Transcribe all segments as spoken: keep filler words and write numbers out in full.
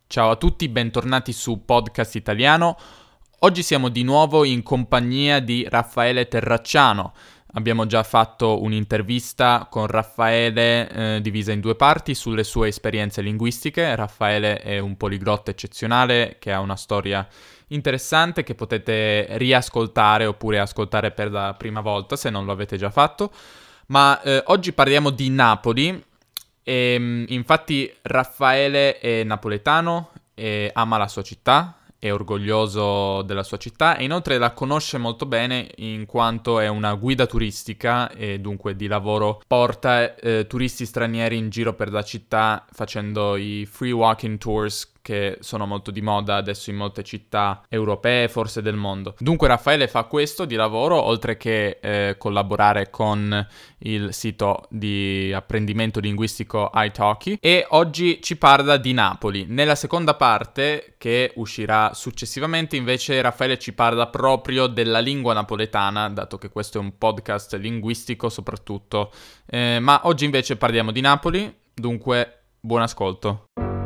Ciao a tutti, bentornati su Podcast Italiano. Oggi siamo di nuovo in compagnia di Raffaele Terracciano. Abbiamo già fatto un'intervista con Raffaele eh, divisa in due parti sulle sue esperienze linguistiche. Raffaele è un poliglotta eccezionale che ha una storia interessante che potete riascoltare oppure ascoltare per la prima volta se non lo avete già fatto. Ma eh, oggi parliamo di Napoli. E, infatti Raffaele è napoletano e ama la sua città, è orgoglioso della sua città e inoltre la conosce molto bene in quanto è una guida turistica e dunque di lavoro porta eh, turisti stranieri in giro per la città facendo i free walking tours che sono molto di moda adesso in molte città europee, forse del mondo. Dunque Raffaele fa questo di lavoro, oltre che eh, collaborare con il sito di apprendimento linguistico italki, e oggi ci parla di Napoli. Nella seconda parte, che uscirà successivamente, invece Raffaele ci parla proprio della lingua napoletana, dato che questo è un podcast linguistico soprattutto. Eh, ma oggi invece parliamo di Napoli, dunque buon ascolto.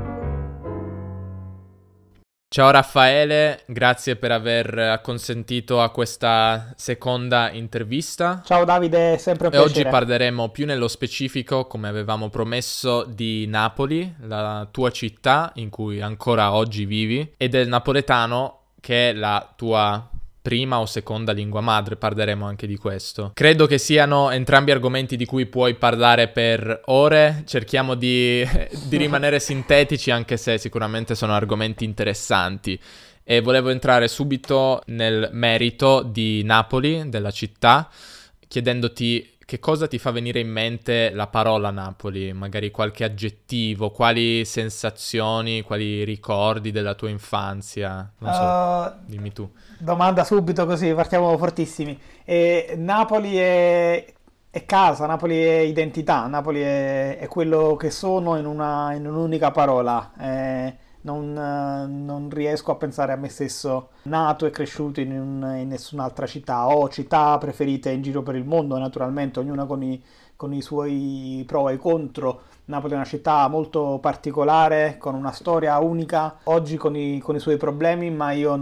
Ciao Raffaele, grazie per aver acconsentito a questa seconda intervista. Ciao Davide, è sempre un e piacere. Oggi parleremo più nello specifico, come avevamo promesso, di Napoli, la tua città in cui ancora oggi vivi, e del napoletano, che è la tua prima o seconda lingua madre. Parleremo anche di questo. Credo che siano entrambi argomenti di cui puoi parlare per ore. Cerchiamo di, di rimanere sintetici, anche se sicuramente sono argomenti interessanti. E volevo entrare subito nel merito di Napoli, della città, chiedendoti che cosa ti fa venire in mente la parola Napoli, magari qualche aggettivo, quali sensazioni, quali ricordi della tua infanzia, non so, uh, dimmi tu. Domanda subito così, partiamo fortissimi. E Napoli è, è casa, Napoli è identità, Napoli è, è quello che sono in, una, in un'unica parola. Eh, non, non riesco a pensare a me stesso nato e cresciuto in, un, in nessun'altra città. Ho città preferite in giro per il mondo, naturalmente, ognuna con i, con i suoi pro e contro. Napoli è una città molto particolare, con una storia unica, oggi con i, con i suoi problemi, ma io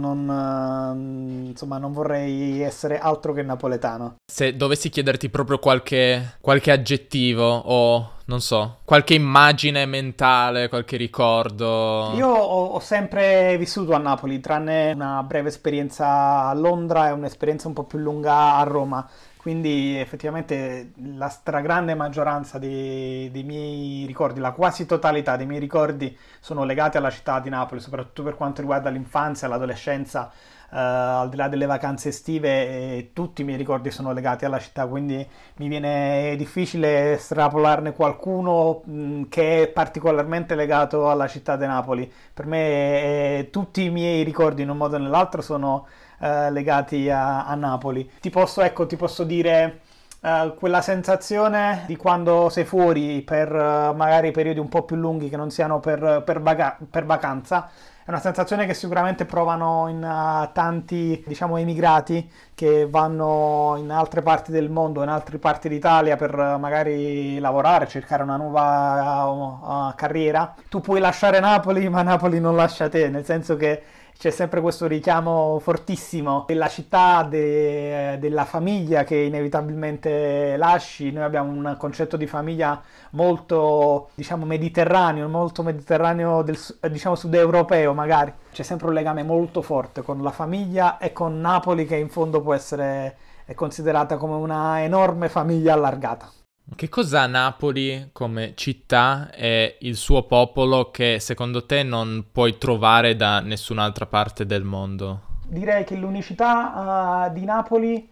non, insomma, non vorrei essere altro che napoletano. Se dovessi chiederti proprio qualche, qualche aggettivo o, non so, qualche immagine mentale, qualche ricordo... Io ho, ho sempre vissuto a Napoli, tranne una breve esperienza a Londra e un'esperienza un po' più lunga a Roma. Quindi effettivamente la stragrande maggioranza dei, dei miei ricordi, la quasi totalità dei miei ricordi sono legati alla città di Napoli, soprattutto per quanto riguarda l'infanzia, l'adolescenza, eh, al di là delle vacanze estive, eh, tutti i miei ricordi sono legati alla città, quindi mi viene difficile estrapolarne qualcuno mh, che è particolarmente legato alla città di Napoli. Per me eh, tutti i miei ricordi in un modo o nell'altro sono Uh, legati a, a Napoli. Ti posso, ecco, ti posso dire uh, quella sensazione di quando sei fuori per uh, magari periodi un po' più lunghi che non siano per, per, vaga- per vacanza. È una sensazione che sicuramente provano in uh, tanti, diciamo, emigrati che vanno in altre parti del mondo, in altre parti d'Italia per uh, magari lavorare, cercare una nuova uh, uh, carriera. Tu puoi lasciare Napoli, ma Napoli non lascia te, nel senso che c'è sempre questo richiamo fortissimo della città, de, della famiglia che inevitabilmente lasci. Noi abbiamo un concetto di famiglia molto, diciamo, mediterraneo, molto mediterraneo, del, diciamo, sud-europeo magari. C'è sempre un legame molto forte con la famiglia e con Napoli, che in fondo può essere è considerata come una enorme famiglia allargata. Che cosa ha Napoli come città e il suo popolo che secondo te non puoi trovare da nessun'altra parte del mondo? Direi che l'unicità uh, di Napoli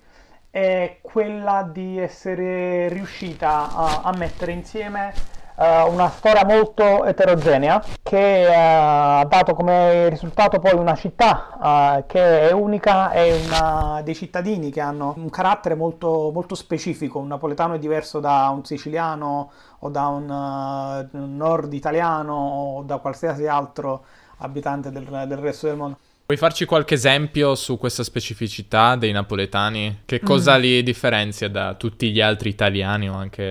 è quella di essere riuscita a, a mettere insieme uh, una storia molto eterogenea che uh, ha dato come risultato poi una città uh, che è unica e una, dei cittadini che hanno un carattere molto, molto specifico. Un napoletano è diverso da un siciliano o da un, uh, un nord italiano o da qualsiasi altro abitante del, del resto del mondo. Puoi farci qualche esempio su questa specificità dei napoletani? Che cosa mm. li differenzia da tutti gli altri italiani o anche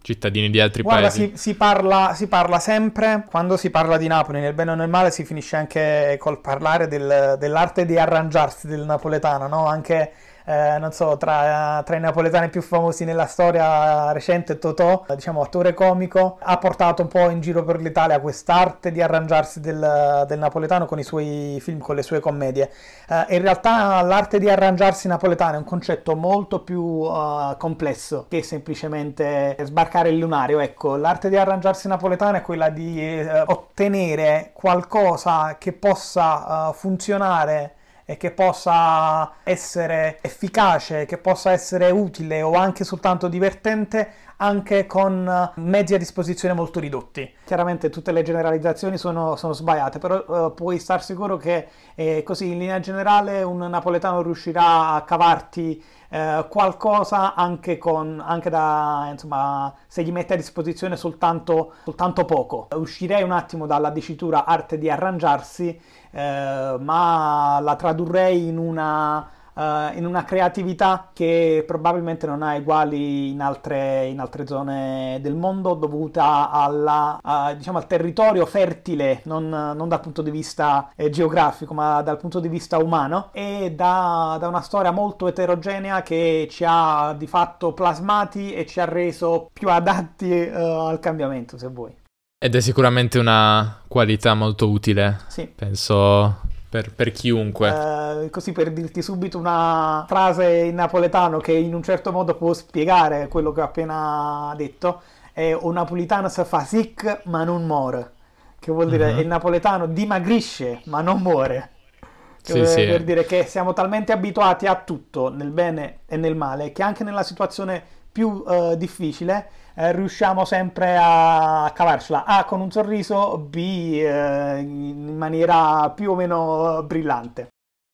cittadini di altri Guarda, paesi? si, si parla, si parla sempre, quando si parla di Napoli, nel bene o nel male, si finisce anche col parlare del- dell'arte di arrangiarsi del napoletano, no? Anche, eh, non so, tra, tra i napoletani più famosi nella storia recente, Totò, eh, diciamo attore comico, ha portato un po' in giro per l'Italia quest'arte di arrangiarsi del, del napoletano con i suoi film, con le sue commedie. Eh, in realtà l'arte di arrangiarsi napoletano è un concetto molto più eh, complesso che semplicemente sbarcare il lunario. Ecco, l'arte di arrangiarsi napoletano è quella di eh, ottenere qualcosa che possa eh, funzionare e che possa essere efficace, che possa essere utile o anche soltanto divertente anche con eh, mezzi a disposizione molto ridotti. Chiaramente tutte le generalizzazioni sono, sono sbagliate, però eh, puoi star sicuro che eh, così in linea generale un napoletano riuscirà a cavarti eh, qualcosa anche, con, anche da, insomma, se gli mette a disposizione soltanto, soltanto poco. Uscirei un attimo dalla dicitura arte di arrangiarsi, eh, ma la tradurrei in una eh, in una creatività che probabilmente non ha uguali in altre, in altre zone del mondo, dovuta alla, a, diciamo, al territorio fertile, non, non dal punto di vista eh, geografico, ma dal punto di vista umano, e da, da una storia molto eterogenea che ci ha di fatto plasmati e ci ha reso più adatti eh, al cambiamento, se vuoi. Ed è sicuramente una qualità molto utile, Sì. penso, per, per chiunque. Eh, così per dirti subito una frase in napoletano che in un certo modo può spiegare quello che ho appena detto, è un napolitano si fa sic ma non muore, che vuol dire Mhm. il napoletano dimagrisce ma non muore. Che Sì, vuol- sì. per dire che siamo talmente abituati a tutto, nel bene e nel male, che anche nella situazione più eh, difficile eh, riusciamo sempre a cavarcela, A con un sorriso, B eh, in maniera più o meno brillante.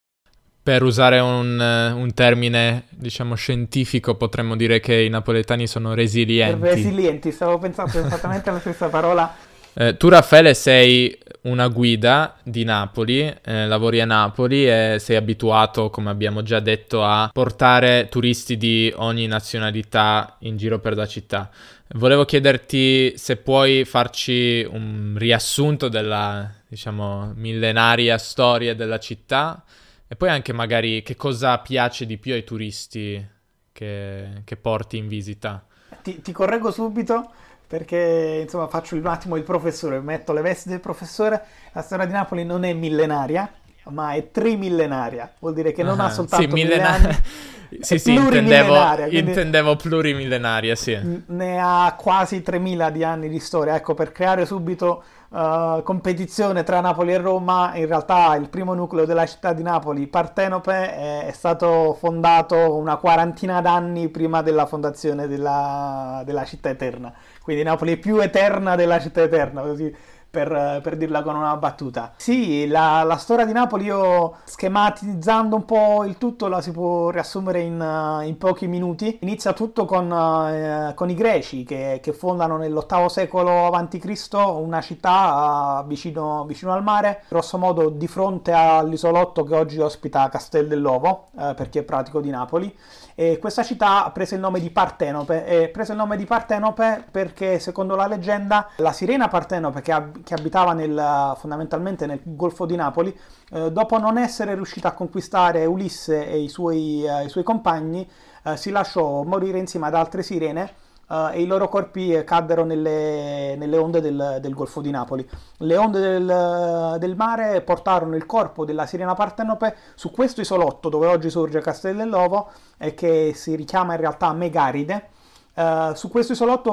Per usare un, eh, un termine, diciamo, scientifico, potremmo dire che i napoletani sono resilienti. Resilienti, stavo pensando esattamente alla stessa parola. Eh, tu, Raffaele, sei una guida di Napoli, eh, lavori a Napoli e sei abituato, come abbiamo già detto, a portare turisti di ogni nazionalità in giro per la città. Volevo chiederti se puoi farci un riassunto della, diciamo, millenaria storia della città e poi anche magari che cosa piace di più ai turisti che, che porti in visita. Ti, ti correggo subito perché insomma faccio un attimo il professore, metto le vesti del professore. La storia di Napoli non è millenaria, ma è trimillenaria, vuol dire che non ha Ah, soltanto sì, mille millena- anni, sì, è sì, intendevo, plurimillenaria, quindi intendevo plurimillenaria, sì. n- ne ha quasi tremila di anni di storia. Ecco, per creare subito eh, competizione tra Napoli e Roma, in realtà il primo nucleo della città di Napoli, Partenope, è, è stato fondato una quarantina d'anni prima della fondazione della, della città eterna. Quindi Napoli è più eterna della città eterna, così per, per dirla con una battuta. Sì, la, la storia di Napoli, io schematizzando un po' il tutto, la si può riassumere in, eh, in pochi minuti. Inizia tutto con, eh, con i Greci che, che fondano nell'ottavo secolo avanti Cristo una città eh, vicino, vicino al mare, grosso modo di fronte all'isolotto che oggi ospita Castel dell'Ovo, eh, perché è pratico di Napoli. E questa città ha preso il nome di Partenope, e prese il nome di Partenope perché secondo la leggenda la sirena Partenope che, ab- che abitava nel, fondamentalmente nel Golfo di Napoli, eh, dopo non essere riuscita a conquistare Ulisse e i suoi, eh, i suoi compagni, eh, si lasciò morire insieme ad altre sirene, eh, e i loro corpi caddero nelle, nelle onde del, del Golfo di Napoli. Le onde del, del mare portarono il corpo della sirena Partenope su questo isolotto dove oggi sorge Castel dell'Ovo e che si richiama in realtà Megaride. Uh, su questo isolotto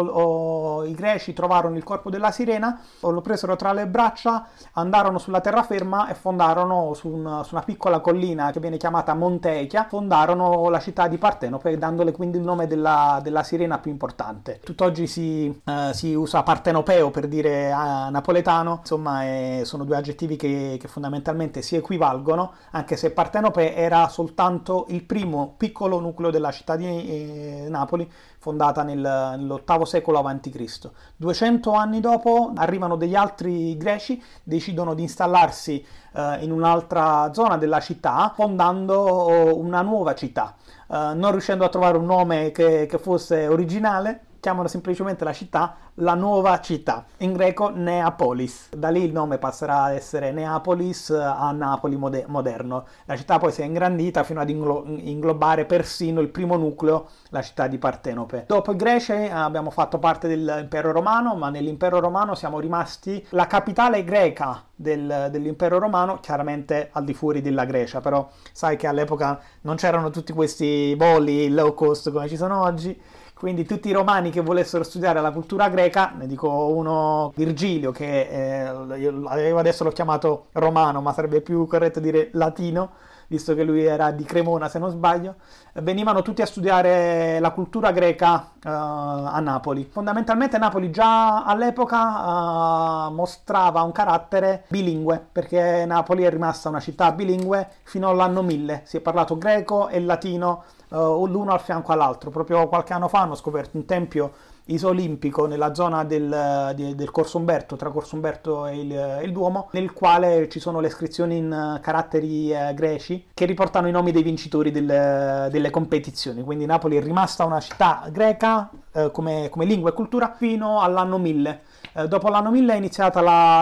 oh, i greci trovarono il corpo della sirena, lo presero tra le braccia, andarono sulla terraferma e fondarono su, un, su una piccola collina che viene chiamata Monteichia, fondarono la città di Partenope, dandole quindi il nome della, della sirena più importante. Tutt'oggi si, uh, si usa partenopeo per dire uh, napoletano, insomma è, sono due aggettivi che, che fondamentalmente si equivalgono, anche se Partenope era soltanto il primo piccolo nucleo della città di eh, Napoli, fondata nel, nell'ottavo secolo avanti Cristo. duecento anni dopo arrivano degli altri greci, decidono di installarsi eh, in un'altra zona della città, fondando una nuova città. Eh, non riuscendo a trovare un nome che, che fosse originale, chiamano semplicemente la città la nuova città, in greco Neapolis. Da lì il nome passerà ad essere Neapolis a Napoli mode- moderno. La città poi si è ingrandita fino ad inglo- inglobare persino il primo nucleo, la città di Partenope. Dopo i Greci abbiamo fatto parte dell'impero romano, ma nell'impero romano siamo rimasti la capitale greca del, dell'impero romano, chiaramente al di fuori della Grecia, però sai che all'epoca non c'erano tutti questi voli low cost come ci sono oggi, quindi tutti i romani che volessero studiare la cultura greca, ne dico uno, Virgilio, che eh, io adesso l'ho chiamato romano, ma sarebbe più corretto dire latino, visto che lui era di Cremona se non sbaglio, venivano tutti a studiare la cultura greca uh, a Napoli. Fondamentalmente Napoli già all'epoca uh, mostrava un carattere bilingue, perché Napoli è rimasta una città bilingue fino all'anno mille, si è parlato greco e latino uh, l'uno al fianco all'altro. Proprio qualche anno fa hanno scoperto un tempio isolimpico nella zona del, di, del Corso Umberto, tra Corso Umberto e il, il Duomo, nel quale ci sono le iscrizioni in caratteri eh, greci che riportano i nomi dei vincitori del, delle competizioni. Quindi Napoli è rimasta una città greca eh, come, come lingua e cultura fino all'anno mille. Eh, dopo l'anno mille è iniziata la,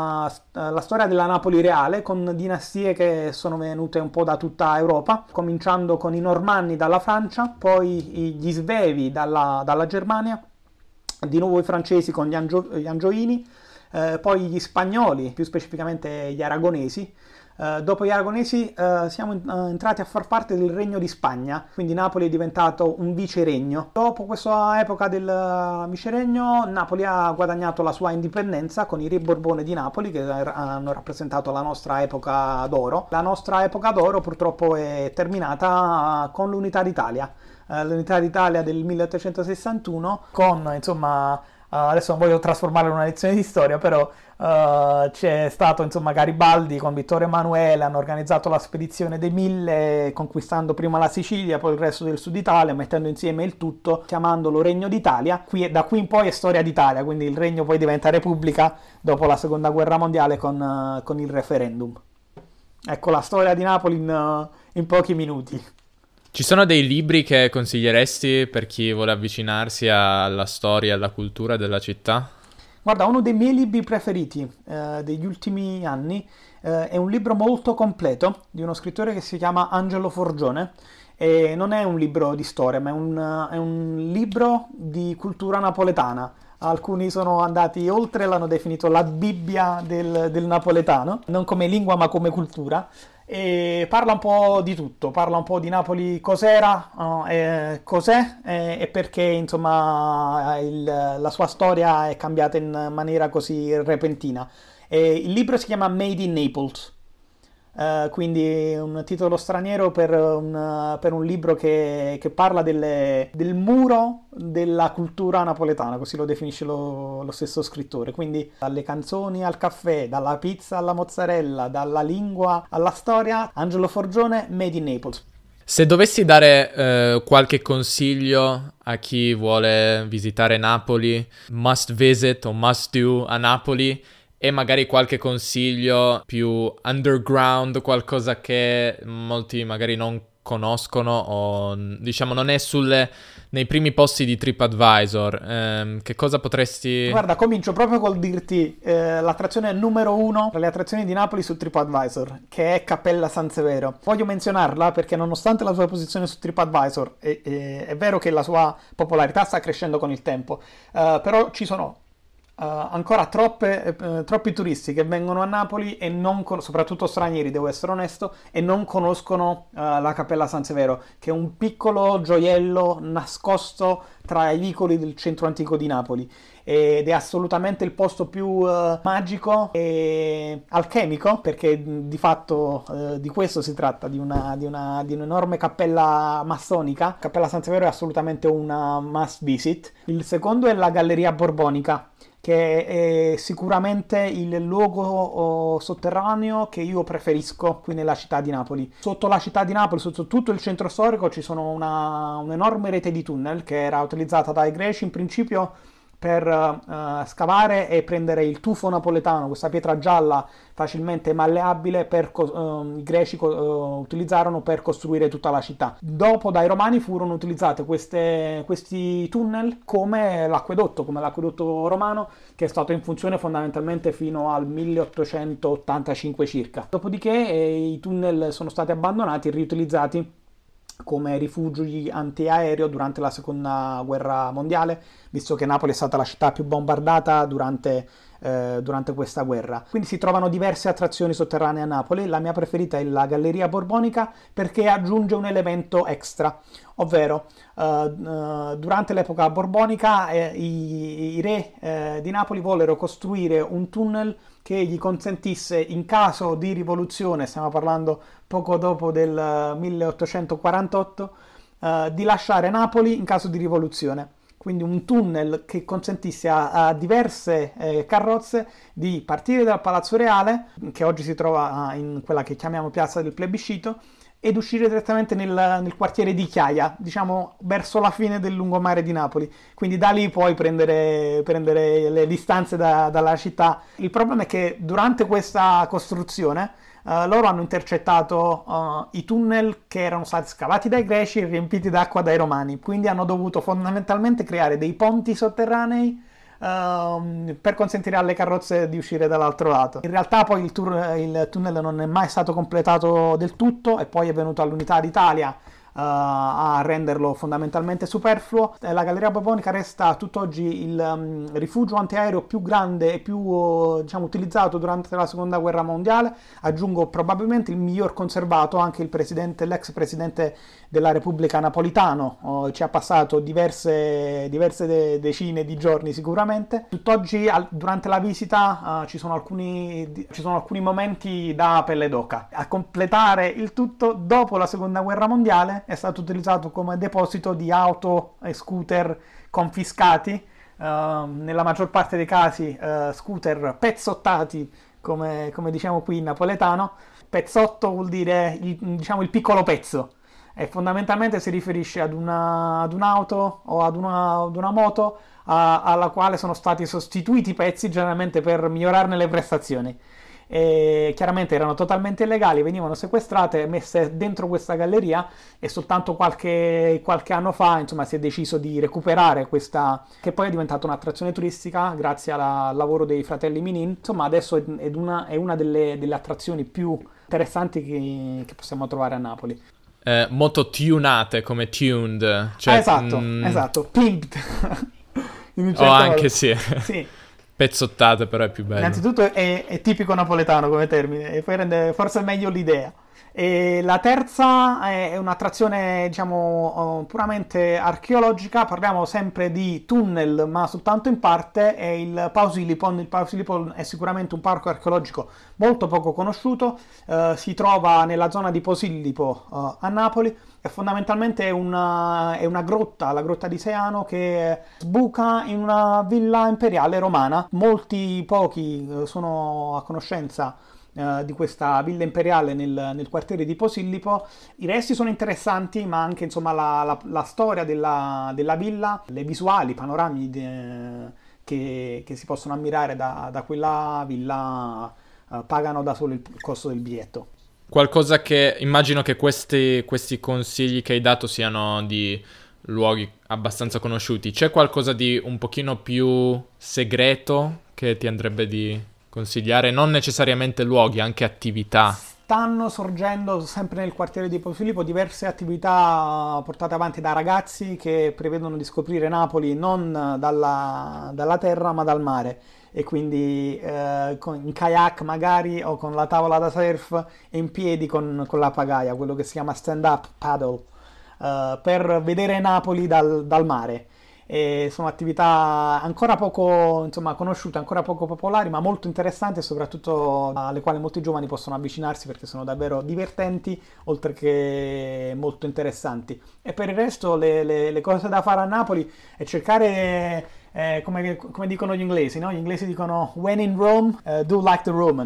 la, la storia della Napoli reale, con dinastie che sono venute un po' da tutta Europa, cominciando con i Normanni dalla Francia, poi gli Svevi dalla, dalla Germania, di nuovo i francesi con gli, Angio, gli Angioini, eh, poi gli spagnoli, più specificamente gli aragonesi. Eh, dopo gli aragonesi eh, siamo in, uh, entrati a far parte del Regno di Spagna, quindi Napoli è diventato un viceregno. Dopo questa epoca del uh, viceregno, Napoli ha guadagnato la sua indipendenza con i re Borbone di Napoli, che er- hanno rappresentato la nostra epoca d'oro. La nostra epoca d'oro purtroppo è terminata uh, con l'Unità d'Italia. Uh, l'Unità d'Italia del milleottocentosessantuno, con insomma, uh, adesso non voglio trasformarla in una lezione di storia, però uh, c'è stato insomma Garibaldi con Vittorio Emanuele, hanno organizzato la spedizione dei Mille, conquistando prima la Sicilia, poi il resto del Sud Italia, mettendo insieme il tutto, chiamandolo Regno d'Italia. Qui, da qui in poi è storia d'Italia, quindi il regno poi diventa repubblica dopo la Seconda Guerra Mondiale con, uh, con il referendum. Ecco la storia di Napoli in, uh, in pochi minuti. Ci sono dei libri che consiglieresti per chi vuole avvicinarsi alla storia e alla cultura della città? Guarda, uno dei miei libri preferiti eh, degli ultimi anni eh, è un libro molto completo di uno scrittore che si chiama Angelo Forgione, e non è un libro di storia, ma è un, è un libro di cultura napoletana. Alcuni sono andati oltre e l'hanno definito la Bibbia del, del napoletano, non come lingua ma come cultura. E parla un po' di tutto, parla un po' di Napoli cos'era, uh, e cos'è e, e perché insomma il, la sua storia è cambiata in maniera così repentina. E il libro si chiama Made in Naples, uh, quindi un titolo straniero per un, per un libro che, che parla delle, del muro della cultura napoletana, così lo definisce lo, lo stesso scrittore. Quindi dalle canzoni al caffè, dalla pizza alla mozzarella, dalla lingua alla storia, Angelo Forgione, Made in Naples. Se dovessi dare eh, qualche consiglio a chi vuole visitare Napoli, must visit o must do a Napoli, e magari qualche consiglio più underground, qualcosa che molti magari non conoscono o diciamo non è sulle, nei primi posti di TripAdvisor, ehm, che cosa potresti... Guarda, comincio proprio col dirti eh, l'attrazione numero uno tra le attrazioni di Napoli su TripAdvisor, che è Cappella San Severo. Voglio menzionarla perché nonostante la sua posizione su TripAdvisor è, è, è vero che la sua popolarità sta crescendo con il tempo, uh, però ci sono Uh, ancora troppe, uh, troppi turisti che vengono a Napoli e non con- soprattutto stranieri, devo essere onesto, e non conoscono uh, la Cappella San Severo, che è un piccolo gioiello nascosto tra i vicoli del centro antico di Napoli, ed è assolutamente il posto più uh, magico e alchemico, perché di fatto uh, di questo si tratta, di, una, di, una, di un'enorme cappella massonica. Cappella San Severo è assolutamente una must visit. Il secondo è la Galleria Borbonica, che è sicuramente il luogo oh, sotterraneo che io preferisco qui nella città di Napoli. Sotto la città di Napoli, sotto tutto il centro storico, ci sono una, un'enorme rete di tunnel che era utilizzata dai greci in principio per uh, scavare e prendere il tufo napoletano, questa pietra gialla facilmente malleabile, per co- uh, i greci co- uh, utilizzarono per costruire tutta la città. Dopo dai romani furono utilizzate queste, questi tunnel come l'acquedotto, come l'acquedotto romano, che è stato in funzione fondamentalmente fino al milleottocentottantacinque circa. Dopodiché eh, i tunnel sono stati abbandonati e riutilizzati come rifugi antiaereo durante la seconda guerra mondiale, visto che Napoli è stata la città più bombardata durante, eh, durante questa guerra. Quindi si trovano diverse attrazioni sotterranee a Napoli. La mia preferita è la Galleria Borbonica, perché aggiunge un elemento extra, ovvero uh, uh, durante l'epoca borbonica eh, i, i re eh, di Napoli vollero costruire un tunnel che gli consentisse, in caso di rivoluzione, stiamo parlando poco dopo del milleottocentoquarantotto, uh, di lasciare Napoli in caso di rivoluzione. Quindi un tunnel che consentisse a, a diverse eh, carrozze di partire dal Palazzo Reale, che oggi si trova in quella che chiamiamo Piazza del Plebiscito, ed uscire direttamente nel, nel quartiere di Chiaia, diciamo verso la fine del lungomare di Napoli. Quindi da lì puoi prendere, prendere le distanze da, dalla città. Il problema è che durante questa costruzione uh, loro hanno intercettato uh, i tunnel che erano stati scavati dai greci e riempiti d'acqua dai romani. Quindi hanno dovuto fondamentalmente creare dei ponti sotterranei Uh, per consentire alle carrozze di uscire dall'altro lato. In realtà poi il, tour, il tunnel non è mai stato completato del tutto e poi è venuto all'Unità d'Italia uh, a renderlo fondamentalmente superfluo. La Galleria Borbonica resta tutt'oggi il um, rifugio antiaereo più grande e più uh, diciamo, utilizzato durante la seconda guerra mondiale. Aggiungo probabilmente il miglior conservato. Anche il presidente, l'ex presidente della Repubblica Napolitano uh, ci ha passato diverse, diverse de- decine di giorni sicuramente. Tutt'oggi al- durante la visita uh, ci, sono alcuni, di- ci sono alcuni momenti da pelle d'oca. A completare il tutto, dopo la seconda guerra mondiale è stato utilizzato come deposito di auto e scooter confiscati, uh, nella maggior parte dei casi uh, scooter pezzottati, come, come diciamo qui in napoletano. Pezzotto vuol dire il, diciamo il piccolo pezzo, e fondamentalmente si riferisce ad, una, ad un'auto o ad una, ad una moto a, alla quale sono stati sostituiti i pezzi generalmente per migliorarne le prestazioni. E chiaramente erano totalmente illegali, venivano sequestrate e messe dentro questa galleria, e soltanto qualche, qualche anno fa insomma si è deciso di recuperare questa, che poi è diventata un'attrazione turistica grazie alla, al lavoro dei fratelli Minin. Insomma adesso è una, è una delle, delle attrazioni più interessanti che, che possiamo trovare a Napoli. Eh, molto tunate, come tuned, cioè, ah, esatto, mh... esatto, pimped. In un certo oh, anche modo. sì. Sì. Pezzottate, però è più bello. Innanzitutto è, è tipico napoletano come termine, e poi rende forse meglio l'idea. E la terza è un'attrazione, diciamo, puramente archeologica. Parliamo sempre di tunnel, ma soltanto in parte. È il Pausilipon. Il Pausilipon è sicuramente un parco archeologico molto poco conosciuto. Uh, si trova nella zona di Posillipo, uh, a Napoli. È fondamentalmente una, è una grotta, la grotta di Seano, che sbuca in una villa imperiale romana. Molti pochi uh, sono a conoscenza Uh, di questa villa imperiale nel, nel quartiere di Posillipo. I resti sono interessanti, ma anche insomma la, la, la storia della, della villa, le visuali, i panorami de, che, che si possono ammirare da, da quella villa uh, pagano da solo il costo del biglietto. Qualcosa che immagino che questi, questi consigli che hai dato siano di luoghi abbastanza conosciuti. C'è qualcosa di un pochino più segreto che ti andrebbe di consigliare? Non necessariamente luoghi, anche attività. Stanno sorgendo sempre nel quartiere di Posillipo diverse attività portate avanti da ragazzi che prevedono di scoprire Napoli non dalla, dalla terra ma dal mare, e quindi eh, con, in kayak magari, o con la tavola da surf, e in piedi con, con la pagaia, quello che si chiama stand-up paddle, eh, per vedere Napoli dal, dal mare. E sono attività ancora poco insomma conosciute, ancora poco popolari, ma molto interessanti, e soprattutto alle quali molti giovani possono avvicinarsi, perché sono davvero divertenti oltre che molto interessanti. E per il resto le, le, le cose da fare a Napoli è cercare, eh, come, come dicono gli inglesi, no? Gli inglesi dicono when in Rome, uh, do like the Romans.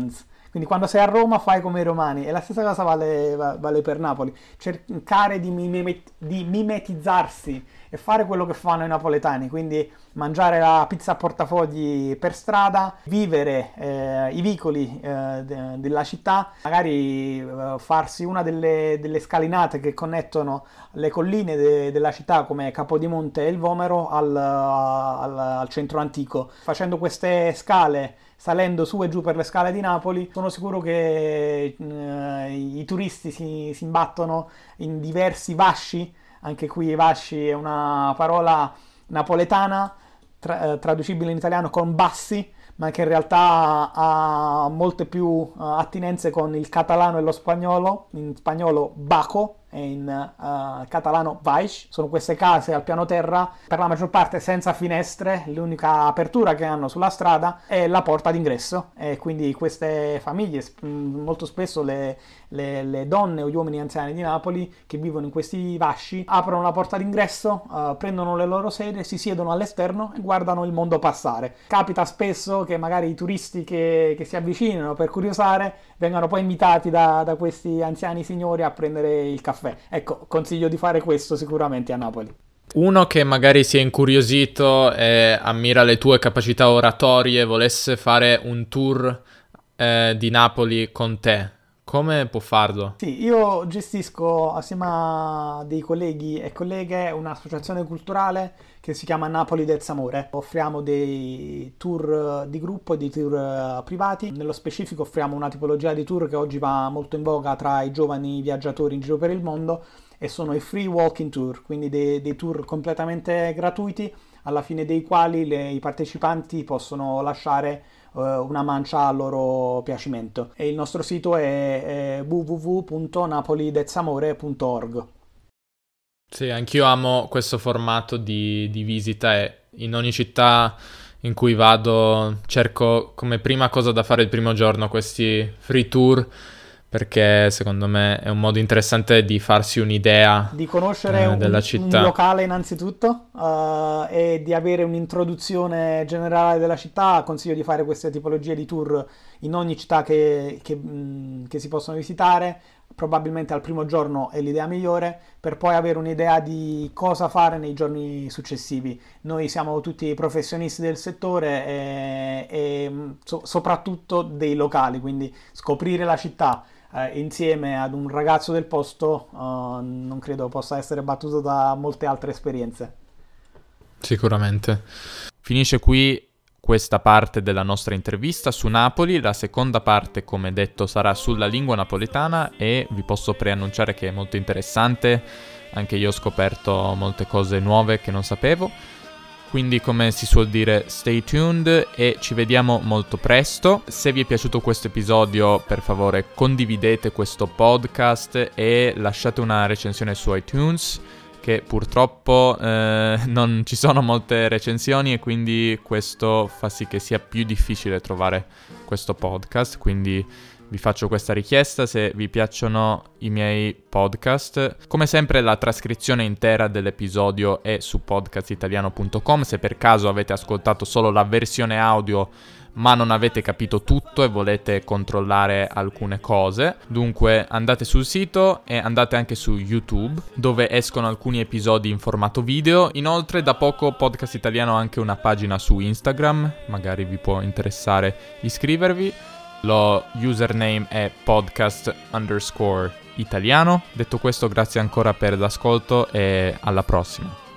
Quindi quando sei a Roma fai come i romani, e la stessa cosa vale, va- vale per Napoli. Cercare di, mime- di mimetizzarsi e fare quello che fanno i napoletani, quindi mangiare la pizza a portafogli per strada, vivere eh, i vicoli eh, de- della città, magari eh, farsi una delle, delle scalinate che connettono le colline de- della città come Capodimonte e il Vomero al, al- al centro antico. Facendo queste scale, salendo su e giù per le scale di Napoli, sono sicuro che eh, i turisti si, si imbattono in diversi vasci. Anche qui vasci è una parola napoletana tra- eh, traducibile in italiano con bassi, ma che in realtà ha molte più uh, attinenze con il catalano e lo spagnolo. In spagnolo baco e in uh, catalano baix. Sono queste case al piano terra, per la maggior parte senza finestre. L'unica apertura che hanno sulla strada è la porta d'ingresso, e quindi queste famiglie, sp- molto spesso le, le, le donne o gli uomini anziani di Napoli che vivono in questi vasci, aprono la porta d'ingresso, uh, prendono le loro sedie, si siedono all'esterno e guardano il mondo passare. Capita spesso che magari i turisti che, che si avvicinano per curiosare vengano poi invitati da, da questi anziani signori a prendere il caffè. Ecco, consiglio di fare questo sicuramente a Napoli. Uno che magari si è incuriosito e ammira le tue capacità oratorie, volesse fare un tour eh, di Napoli con te, come può farlo? Sì, io gestisco assieme a dei colleghi e colleghe un'associazione culturale che si chiama Napoli del Samore. Offriamo dei tour di gruppo e dei tour eh, privati. Nello specifico offriamo una tipologia di tour che oggi va molto in voga tra i giovani viaggiatori in giro per il mondo, e sono i free walking tour, quindi dei, dei tour completamente gratuiti, alla fine dei quali le- i partecipanti possono lasciare eh, una mancia a loro piacimento. E il nostro sito è, è w w w punto napoli del samore punto org. Sì, anch'io amo questo formato di, di visita, e in ogni città in cui vado cerco come prima cosa da fare il primo giorno questi free tour, perché secondo me è un modo interessante di farsi un'idea Di conoscere eh, un, della un città. locale innanzitutto, eh, e di avere un'introduzione generale della città. Consiglio di fare queste tipologie di tour in ogni città che, che, mh, che si possono visitare. Probabilmente al primo giorno è l'idea migliore, per poi avere un'idea di cosa fare nei giorni successivi. Noi siamo tutti professionisti del settore e, e so- soprattutto dei locali, quindi scoprire la città eh, insieme ad un ragazzo del posto eh, non credo possa essere battuto da molte altre esperienze. Sicuramente. Finisce qui questa parte della nostra intervista su Napoli. La seconda parte, come detto, sarà sulla lingua napoletana e vi posso preannunciare che è molto interessante. Anche io ho scoperto molte cose nuove che non sapevo. Quindi, come si suol dire, stay tuned e ci vediamo molto presto. Se vi è piaciuto questo episodio, per favore condividete questo podcast e lasciate una recensione su iTunes, che purtroppo eh, non ci sono molte recensioni e quindi questo fa sì che sia più difficile trovare questo podcast. Quindi vi faccio questa richiesta se vi piacciono i miei podcast. Come sempre la trascrizione intera dell'episodio è su podcast italiano punto com. Se per caso avete ascoltato solo la versione audio ma non avete capito tutto e volete controllare alcune cose, dunque andate sul sito e andate anche su YouTube, dove escono alcuni episodi in formato video. Inoltre da poco Podcast Italiano ha anche una pagina su Instagram, magari vi può interessare iscrivervi. Lo username è podcast underscore italiano. Detto questo, grazie ancora per l'ascolto e alla prossima.